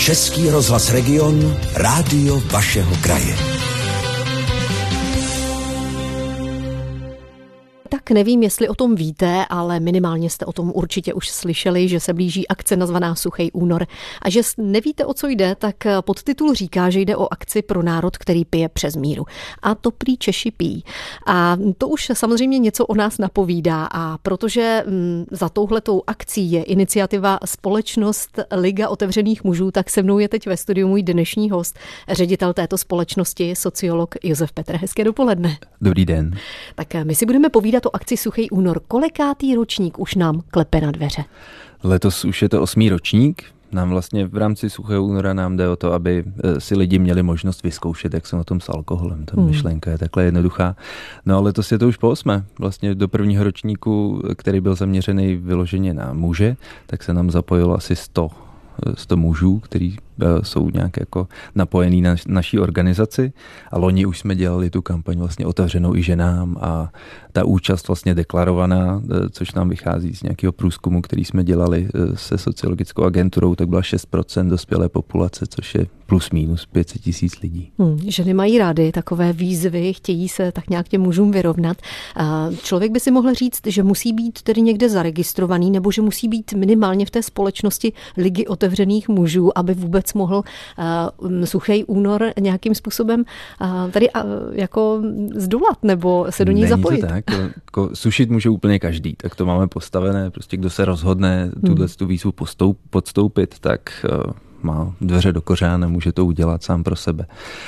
Český rozhlas Region, rádio vašeho kraje. Tak nevím, jestli o tom víte, ale minimálně jste o tom určitě už slyšeli, že se blíží akce nazvaná Suchý únor. A že nevíte, o co jde, tak podtitul říká, že jde o akci pro národ, který pije přes míru. A to prý Češi pijí. A to už samozřejmě něco o nás napovídá. A protože za touhletou akcí je iniciativa Společnost Liga otevřených mužů, tak se mnou je teď ve studiu můj dnešní host, ředitel této společnosti, sociolog Josef Petr. Hezké dopoledne. Dobrý den. Tak my si budeme povídat o akci Suchý únor. Kolikátý ročník už nám klepe na dveře? Letos už je to 8. ročník. Nám vlastně v rámci Suchého února nám jde o to, aby si lidi měli možnost vyzkoušet, jak jsou na tom s alkoholem. Ta myšlenka je takhle jednoduchá. No ale letos je to už po 8. Vlastně do prvního ročníku, který byl zaměřený vyloženě na muže, tak se nám zapojilo asi 100 mužů, kteří jsou nějak jako napojení na naší organizaci a loni už jsme dělali tu kampaň vlastně otevřenou i ženám a ta účast vlastně deklarovaná, což nám vychází z nějakého průzkumu, který jsme dělali se sociologickou agenturou, tak byla 6% dospělé populace, což je plus minus 500 000 lidí. Ženy mají rády takové výzvy, chtějí se tak nějak těm mužům vyrovnat. Člověk by si mohl říct, že musí být tedy někde zaregistrovaný nebo že musí být minimálně v té společnosti Ligy otevřených mužů, aby vůbec mohl Suchý únor nějakým způsobem tady jako zdolat nebo se do něj zapojit. Není to tak, jako sušit může úplně každý, tak to máme postavené, prostě kdo se rozhodne tu výzvu podstoupit, tak má dveře do kořán a může to udělat sám pro sebe.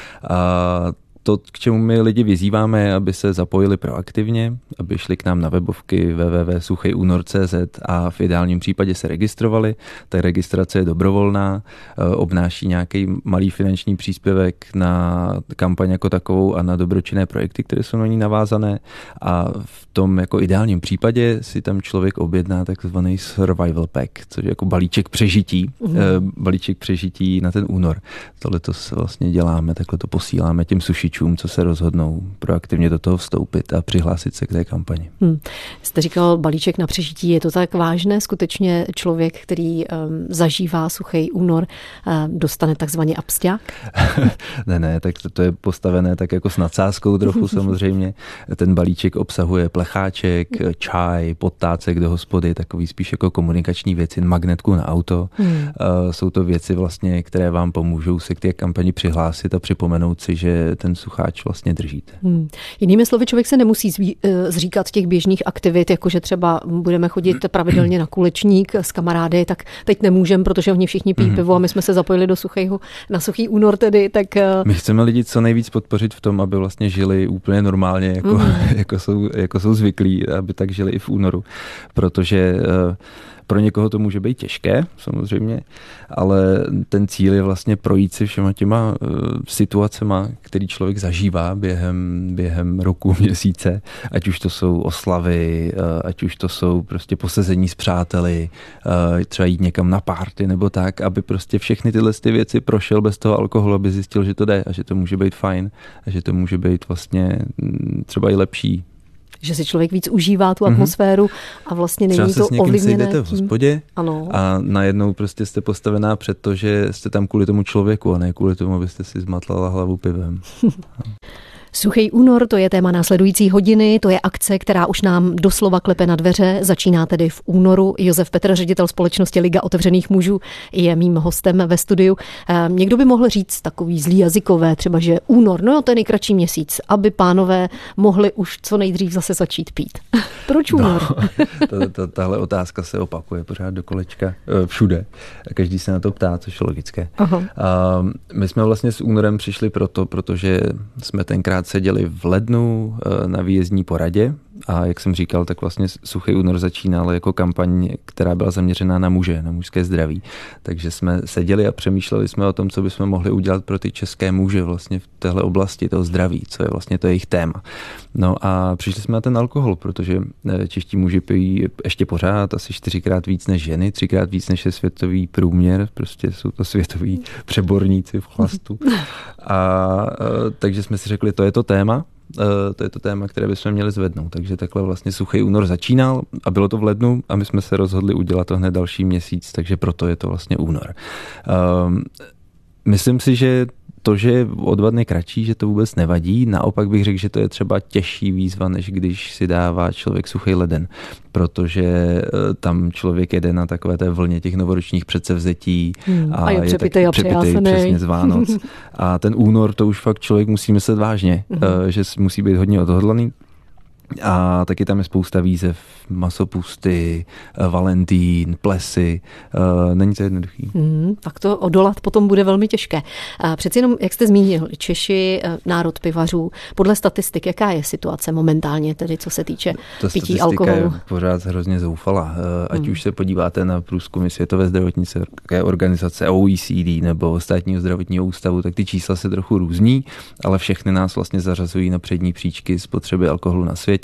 To, k čemu my lidi vyzýváme, je, aby se zapojili proaktivně, aby šli k nám na webovky www.suchyunor.cz a v ideálním případě se registrovali. Ta registrace je dobrovolná, obnáší nějaký malý finanční příspěvek na kampaň jako takovou a na dobročinné projekty, které jsou na ní navázané. A v tom jako ideálním případě si tam člověk objedná takzvaný survival pack, což je jako balíček přežití, balíček přežití na ten únor. Tohle to se vlastně děláme, takhle to posíláme těm sušičům, co se rozhodnou proaktivně do toho vstoupit a přihlásit se k té kampani. Jste říkal balíček na přežití, je to tak vážné? Skutečně člověk, který zažívá Suchý únor, dostane takzvaně absťák? Ne, tak to je postavené tak jako s nadsázkou trochu samozřejmě. Ten balíček obsahuje plecháček, čaj, potácek do hospody, takový spíš jako komunikační věci, magnetku na auto. Jsou to věci vlastně, které vám pomůžou se k té kampani přihlásit a připomenout si, že ten sucháč vlastně držíte. Jinými slovy, člověk se nemusí zříkat těch běžných aktivit, jakože třeba budeme chodit pravidelně na kulečník s kamarády, tak teď nemůžeme, protože oni všichni pijí pivo a my jsme se zapojili na Suchý únor tedy, tak... My chceme lidi co nejvíc podpořit v tom, aby vlastně žili úplně normálně, jako jsou zvyklí, aby tak žili i v únoru, protože pro někoho to může být těžké, samozřejmě, ale ten cíl je vlastně projít si všema těma situacema, který člověk zažívá během roku, měsíce, ať už to jsou oslavy, ať už to jsou prostě posezení s přáteli, třeba jít někam na party nebo tak, aby prostě všechny tyhle věci prošel bez toho alkoholu, aby zjistil, že to jde a že to může být fajn a že to může být vlastně třeba i lepší. Že si člověk víc užívá tu atmosféru a vlastně není to ovlivněné. Třeba se s někým sejdete v hospodě ano. A najednou prostě jste postavená před to, že jste tam kvůli tomu člověku a ne kvůli tomu, abyste si zmatlala hlavu pivem. Suchý únor, to je téma následující hodiny, to je akce, která už nám doslova klepe na dveře, začíná tedy v únoru. Josef Petr, ředitel společnosti Liga otevřených mužů, je mým hostem ve studiu. Někdo by mohl říct takový zlý jazykové, třeba že únor, no to je nejkratší měsíc, aby pánové mohli už co nejdřív zase začít pít. Proč únor? Tahle otázka se opakuje pořád do kolečka všude. Každý se na to ptá, což je logické. My jsme vlastně s únorem přišli protože jsme tenkrát seděli v lednu na výjezdní poradě a jak jsem říkal, tak vlastně Suchý únor začínal jako kampaň, která byla zaměřená na muže, na mužské zdraví. Takže jsme seděli a přemýšleli jsme o tom, co bychom mohli udělat pro ty české muže vlastně v téhle oblasti toho zdraví, co je vlastně to jejich téma. No a přišli jsme na ten alkohol, protože čeští muži pijí ještě pořád asi 4krát víc než ženy, 3krát víc než je světový průměr, prostě jsou to světoví přeborníci v chlastu. A takže jsme si řekli, to je to téma, to je to téma, které bychom měli zvednout. Takže takhle vlastně Suchý únor začínal a bylo to v lednu a my jsme se rozhodli udělat to hned další měsíc, takže proto je to vlastně únor. Myslím si, že to, že je o 2 dny kratší, že to vůbec nevadí. Naopak bych řekl, že to je třeba těžší výzva, než když si dává člověk Suchý leden, protože tam člověk jede na takové té vlně těch novoročních předsevzetí a je přepitej a přesně z Vánoc. A ten únor, to už fakt člověk musí myslet vážně, že musí být hodně odhodlaný. A taky tam je spousta výzev, masopusty, Valentín, plesy, není to jednoduchý. Tak to odolat potom bude velmi těžké. Přeci jenom, jak jste zmínil, Češi, národ pivařů, podle statistik, jaká je situace momentálně, tedy co se týče pití alkoholu? Ta statistika je pořád hrozně zoufalá. Ať už se podíváte na průzkumy Světové zdravotnické organizace OECD nebo Státního zdravotního ústavu, tak ty čísla se trochu různí, ale všechny nás vlastně zařazují na přední příčky spotřeby alkoholu na světě.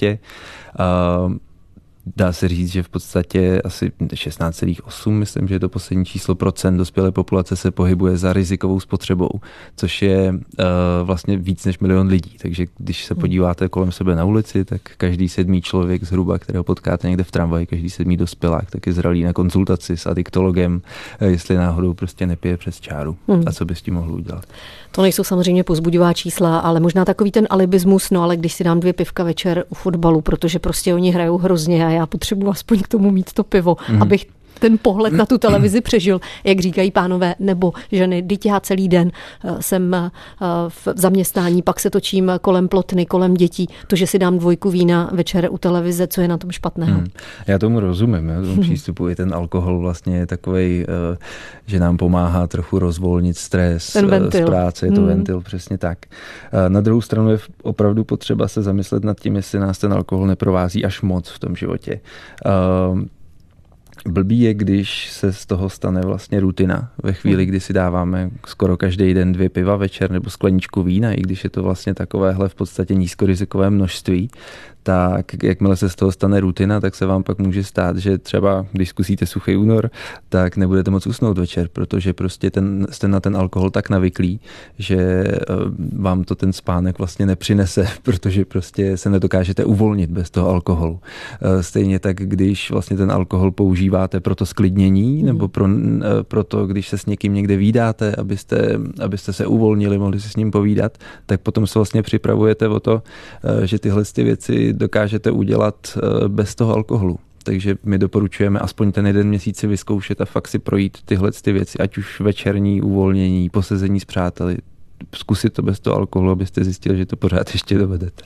Dá se říct, že v podstatě asi 16,8, myslím, že je to poslední číslo, procent dospělé populace se pohybuje za rizikovou spotřebou, což je vlastně víc než 1 milion lidí. Takže když se podíváte kolem sebe na ulici, tak každý 7. člověk zhruba, kterého potkáte někde v tramvaji, každý 7. dospělák, tak je zralý na konzultaci s adiktologem, jestli náhodou prostě nepije přes čáru. A co by s tím mohl udělat? To nejsou samozřejmě povzbudivá čísla, ale možná takový ten alibismus, no ale když si dám 2 pivka večer u fotbalu, protože prostě oni hrajou hrozně a já potřebuji aspoň k tomu mít to pivo, abych ten pohled na tu televizi přežil, jak říkají pánové nebo ženy. Vždyť já celý den jsem v zaměstnání, pak se točím kolem plotny, kolem dětí. To, že si dám 2 vína večer u televize, co je na tom špatného? Já tomu rozumím, tomu přístupu. I ten alkohol vlastně je takovej, že nám pomáhá trochu rozvolnit stres z práce, je to ventil, přesně tak. Na druhou stranu je opravdu potřeba se zamyslet nad tím, jestli nás ten alkohol neprovází až moc v tom životě. Blbý je, když se z toho stane vlastně rutina. Ve chvíli, kdy si dáváme skoro každý den 2 piva večer nebo skleničku vína, i když je to vlastně takovéhle v podstatě nízkorizikové množství, tak jakmile se z toho stane rutina, tak se vám pak může stát, že třeba když zkusíte Suchý únor, tak nebudete moc usnout večer, protože prostě jste na ten alkohol tak navyklí, že vám to ten spánek vlastně nepřinese, protože prostě se nedokážete uvolnit bez toho alkoholu. Stejně tak, když vlastně ten alkohol používáte pro to sklidnění, nebo pro to, když se s někým někde vídáte, abyste se uvolnili, mohli si s ním povídat, tak potom se vlastně připravujete o to, že tyhle ty věci dokážete udělat bez toho alkoholu. Takže my doporučujeme aspoň ten 1 měsíc si vyzkoušet a fakt si projít tyhle ty věci, ať už večerní uvolnění, posezení s přáteli, zkusit to bez toho alkoholu, abyste zjistili, že to pořád ještě dovedete.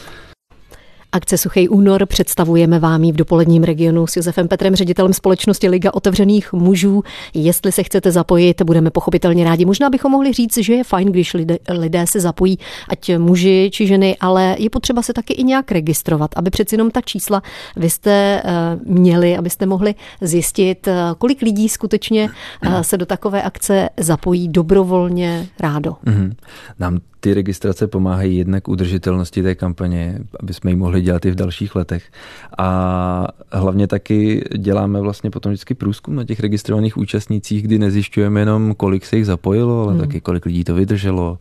Akce Suchý únor představujeme vám ji v dopoledním regionu s Josefem Petrem, ředitelem společnosti Liga otevřených mužů. Jestli se chcete zapojit, budeme pochopitelně rádi. Možná bychom mohli říct, že je fajn, když lidé se zapojí, ať muži či ženy, ale je potřeba se taky i nějak registrovat, aby přeci jenom ta čísla vy jste měli, abyste mohli zjistit, kolik lidí skutečně se do takové akce zapojí dobrovolně rádo. Nám ty registrace pomáhají jednak udržitelnosti té kampaně, aby jsme ji mohli dělat i v dalších letech. A hlavně taky děláme vlastně potom vždycky průzkum na těch registrovaných účastnících, kdy nezjišťujeme jenom, kolik se jich zapojilo, ale taky kolik lidí to vydrželo,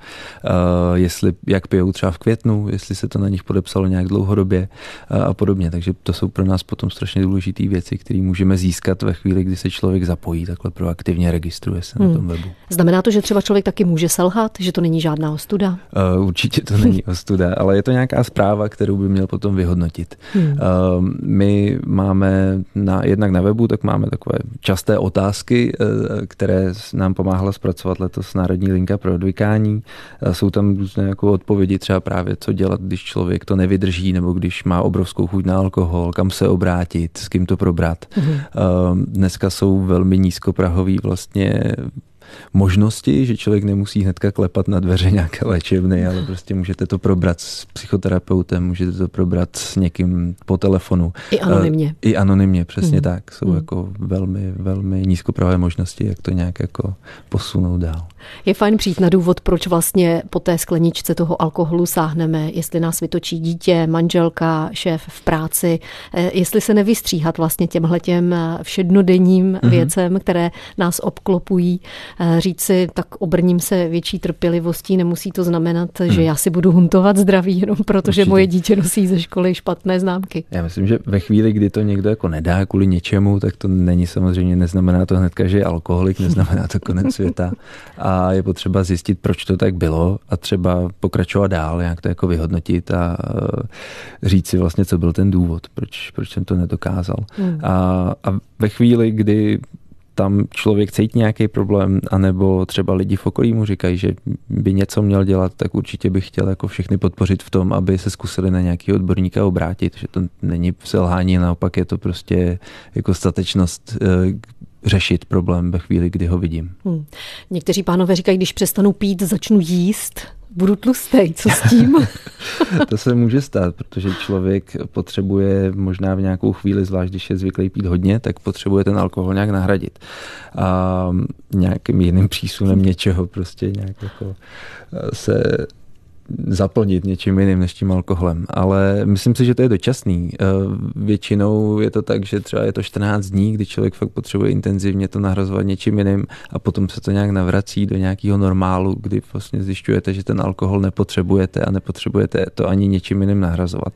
jak pijou třeba v květnu, jestli se to na nich podepsalo nějak dlouhodobě a podobně. Takže to jsou pro nás potom strašně důležité věci, které můžeme získat ve chvíli, kdy se člověk zapojí, takhle proaktivně registruje se na tom webu. Znamená to, že třeba člověk taky může selhat, že to není žádná ostuda? Určitě to není ostuda, ale je to nějaká zpráva, kterou by měl potom vyhodnotit. My máme jednak na webu, tak máme takové časté otázky, které nám pomáhala zpracovat letos Národní linka pro odvykání. Jsou tam různé jako odpovědi, třeba právě co dělat, když člověk to nevydrží, nebo když má obrovskou chuť na alkohol, kam se obrátit, s kým to probrat. Dneska jsou velmi nízkoprahový vlastně možnosti, že člověk nemusí hnedka klepat na dveře nějaké léčebny, ale prostě můžete to probrat s psychoterapeutem, můžete to probrat s někým po telefonu. I anonymně. I anonymně, přesně tak. Jsou jako velmi, velmi nízkopravé možnosti, jak to nějak jako posunout dál. Je fajn přijít na důvod, proč vlastně po té skleničce toho alkoholu sáhneme, jestli nás vytočí dítě, manželka, šéf v práci, jestli se nevystříhat vlastně těmhletěm všednodenním věcem, které nás obklopují. říct si, tak obrním se větší trpělivostí, nemusí to znamenat, že já si budu huntovat zdraví, jenom protože moje dítě nosí ze školy špatné známky. Já myslím, že ve chvíli, kdy to někdo jako nedá kvůli něčemu, tak to není samozřejmě, neznamená to hnedka, že je alkoholik, neznamená to konec světa. A je potřeba zjistit, proč to tak bylo a třeba pokračovat dál, jak to jako vyhodnotit a říct si vlastně, co byl ten důvod, proč jsem to nedokázal. A ve chvíli, kdy tam člověk cítí nějaký problém, anebo třeba lidi v okolí mu říkají, že by něco měl dělat, tak určitě bych chtěl jako všechny podpořit v tom, aby se zkusili na nějaký odborníka obrátit, že to není selhání, naopak je to prostě jako statečnost řešit problém ve chvíli, kdy ho vidím. Někteří pánové říkají, když přestanu pít, začnu jíst, budu tlustej, co s tím? To se může stát, protože člověk potřebuje možná v nějakou chvíli, zvlášť když je zvyklý pít hodně, tak potřebuje ten alkohol nějak nahradit. A nějakým jiným přísunem něčeho prostě nějak jako se zaplnit něčím jiným než tím alkoholem. Ale myslím si, že to je dočasný. Většinou je to tak, že třeba je to 14 dní, kdy člověk fakt potřebuje intenzivně to nahrazovat něčím jiným a potom se to nějak navrací do nějakého normálu, kdy vlastně zjišťujete, že ten alkohol nepotřebujete a nepotřebujete to ani něčím jiným nahrazovat.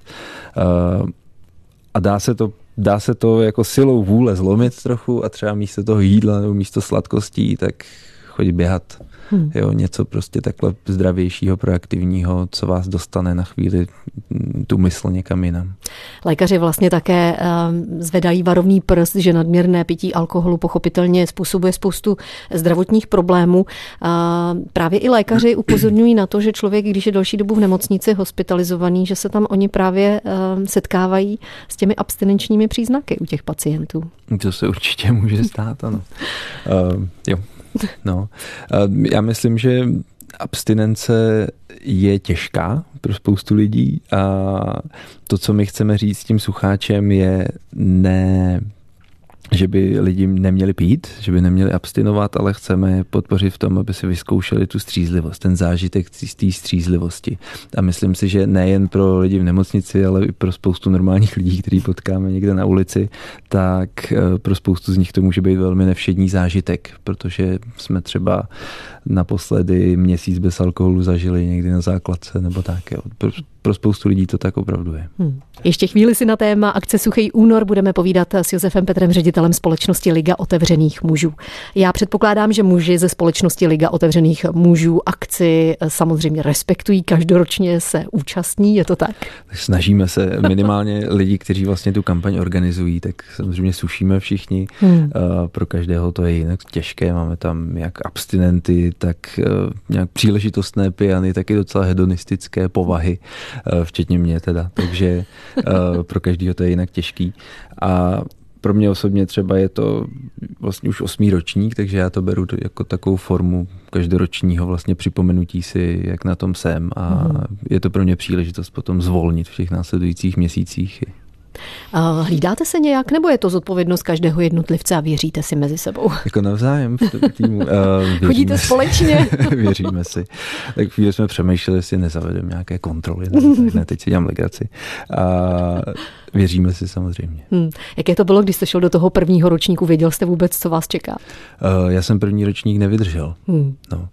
A dá se to jako silou vůle zlomit trochu a třeba místo toho jídla nebo místo sladkostí, tak chodit běhat. Jo, něco prostě takhle zdravějšího, proaktivního, co vás dostane na chvíli tu mysl někam jinam. Lékaři vlastně také zvedají varovný prst, že nadměrné pití alkoholu pochopitelně způsobuje spoustu zdravotních problémů. Právě i lékaři upozorňují na to, že člověk, když je delší dobu v nemocnici hospitalizovaný, že se tam oni právě setkávají s těmi abstinenčními příznaky u těch pacientů. To se určitě může stát, ano. Jo. No, já myslím, že abstinence je těžká pro spoustu lidí a to, co my chceme říct s tím sucháčem, je ne, že by lidi neměli pít, že by neměli abstinovat, ale chceme podpořit v tom, aby si vyzkoušeli tu střízlivost, ten zážitek z té střízlivosti. A myslím si, že nejen pro lidi v nemocnici, ale i pro spoustu normálních lidí, který potkáme někde na ulici, tak pro spoustu z nich to může být velmi nevšední zážitek, protože jsme třeba naposledy měsíc bez alkoholu zažili někdy na základce nebo tak. Jo. Pro spoustu lidí to tak opravdu je. Ještě chvíli si na téma akce Suchý únor budeme povídat s Josefem Petrem, ředitelem společnosti Liga otevřených mužů. Já předpokládám, že muži ze společnosti Liga otevřených mužů akci samozřejmě respektují, každoročně se účastní, je to tak? Snažíme se, minimálně lidi, kteří vlastně tu kampaň organizují, tak samozřejmě sušíme všichni. Pro každého to je jinak těžké, máme tam jak abstinenty, tak nějak příležitostné pijany, taky docela hedonistické povahy, včetně mě teda, takže pro každého to je jinak těžký. A pro mě osobně třeba je to vlastně už 8. ročník, takže já to beru jako takovou formu každoročního vlastně připomenutí si, jak na tom jsem a je to pro mě příležitost potom zvolnit v těch následujících měsících. Hlídáte se nějak, nebo je to zodpovědnost každého jednotlivce a věříte si mezi sebou? Jako navzájem v týmu. Chodíte společně? Věříme si. Tak chvíli jsme přemýšleli, jestli nezavedeme nějaké kontroly. Ne, teď si dělám legraci. A věříme si samozřejmě. Jaké to bylo, když jste šel do toho 1. ročníku? Věděl jste vůbec, co vás čeká? Já jsem 1. ročník nevydržel. No.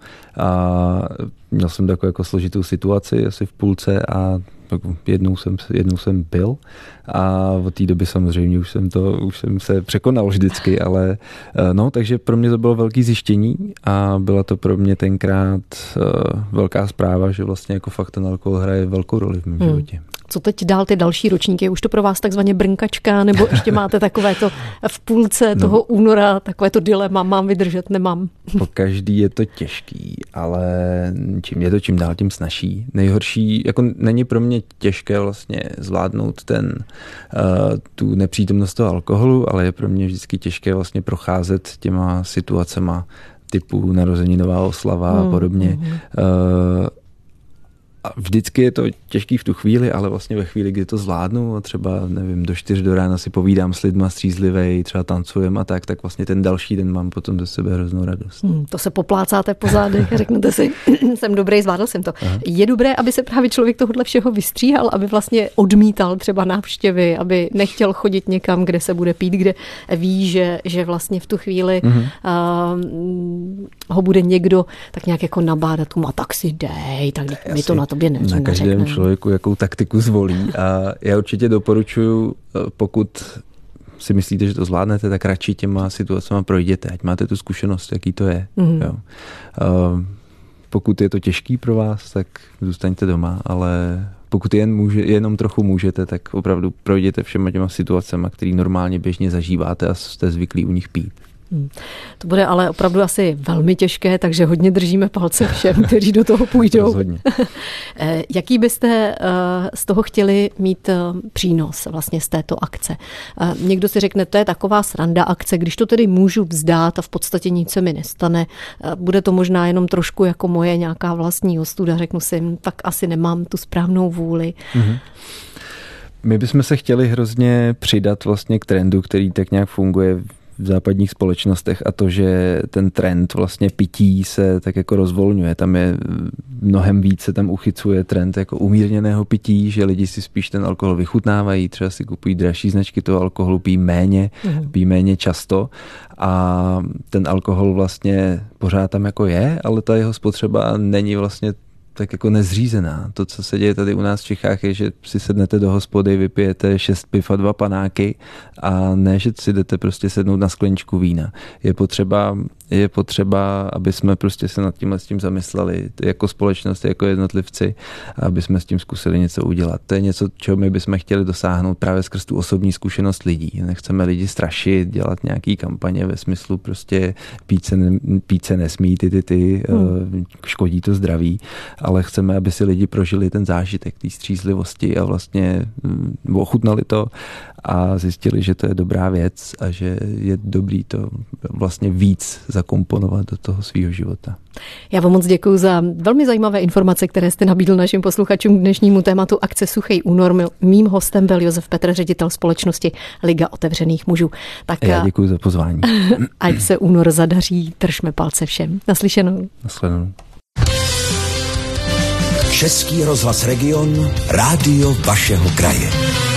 A měl jsem takovou jako složitou situaci asi v půlce a jednou jsem byl a od té doby samozřejmě už jsem se překonal vždycky, ale no, takže pro mě to bylo velké zjištění a byla to pro mě tenkrát velká zpráva, že vlastně jako fakt ten alkohol hraje velkou roli v mém životě. Co teď dál ty další ročníky? Už to pro vás takzvaně brnkačka, nebo ještě máte takové to v půlce toho února, takové to dilema, mám vydržet, nemám? Po každý je to těžký, ale čím dál, tím snazší. Nejhorší, jako není pro mě těžké vlastně zvládnout tu nepřítomnost toho alkoholu, ale je pro mě vždycky těžké vlastně procházet těma situacema typu narozeninová oslava a podobně. A vždycky je to těžký v tu chvíli, ale vlastně ve chvíli, kdy to zvládnu a třeba, nevím, do 4 do rána si povídám s lidma střízlivej, třeba tancujeme a tak vlastně ten další den mám potom ze sebe hroznou radost. To se poplácáte po zádech a řeknete si, jsem dobrý, zvládl jsem to. Aha. Je dobré, aby se právě člověk tohohle všeho vystříhal, aby vlastně odmítal třeba návštěvy, aby nechtěl chodit někam, kde se bude pít, kde ví, že vlastně v tu chvíli ho bude někdo tak nějak jako nabádat, a tak si dej, tak mi to na tobě neřekne. Na každém člověku jakou taktiku zvolí a já určitě doporučuji, pokud si myslíte, že to zvládnete, tak radši těma situacema projděte, ať máte tu zkušenost, jaký to je. Jo. Pokud je to těžký pro vás, tak zůstaňte doma, ale pokud jenom trochu můžete, tak opravdu projděte všema těma situacema, které normálně běžně zažíváte a jste zvyklí u nich pít. To bude ale opravdu asi velmi těžké, takže hodně držíme palce všem, kteří do toho půjdou. Rozhodně. Jaký byste z toho chtěli mít přínos vlastně z této akce? Někdo si řekne, to je taková sranda akce, když to tedy můžu vzdát a v podstatě nic se mi nestane. Bude to možná jenom trošku jako moje nějaká vlastní ostuda, řeknu si, tak asi nemám tu správnou vůli. My bychom se chtěli hrozně přidat vlastně k trendu, který tak nějak funguje v západních společnostech a to, že ten trend vlastně pití se tak jako rozvolňuje. Tam je mnohem víc se tam uchycuje trend jako umírněného pití, že lidi si spíš ten alkohol vychutnávají, třeba si kupují dražší značky toho alkoholu, pijí méně často a ten alkohol vlastně pořád tam jako je, ale ta jeho spotřeba není vlastně tak jako nezřízená. To, co se děje tady u nás v Čechách, je, že si sednete do hospody, vypijete 6 piv a 2 panáky a ne, že si jdete prostě sednout na skleničku vína. Je potřeba, aby jsme prostě se nad tím zamysleli jako společnost, jako jednotlivci, aby jsme s tím zkusili něco udělat. To je něco, čeho my bychom chtěli dosáhnout právě skrz tu osobní zkušenost lidí. Nechceme lidi strašit, dělat nějaký kampaně ve smyslu prostě pít se nesmí, škodí to zdraví, ale chceme, aby si lidi prožili ten zážitek té střízlivosti a vlastně ochutnali to a zjistili, že to je dobrá věc a že je dobrý to vlastně víc zakomponovat do toho svého života. Já vám moc děkuji za velmi zajímavé informace, které jste nabídl našim posluchačům k dnešnímu tématu akce Suchej únor. Mým hostem byl Josef Petr, ředitel společnosti Liga otevřených mužů. Tak já děkuji za pozvání. Ať se únor zadaří, držme palce všem. Naslyšenou. Nashledanou. Český rozhlas Region, rádio vašeho kraje.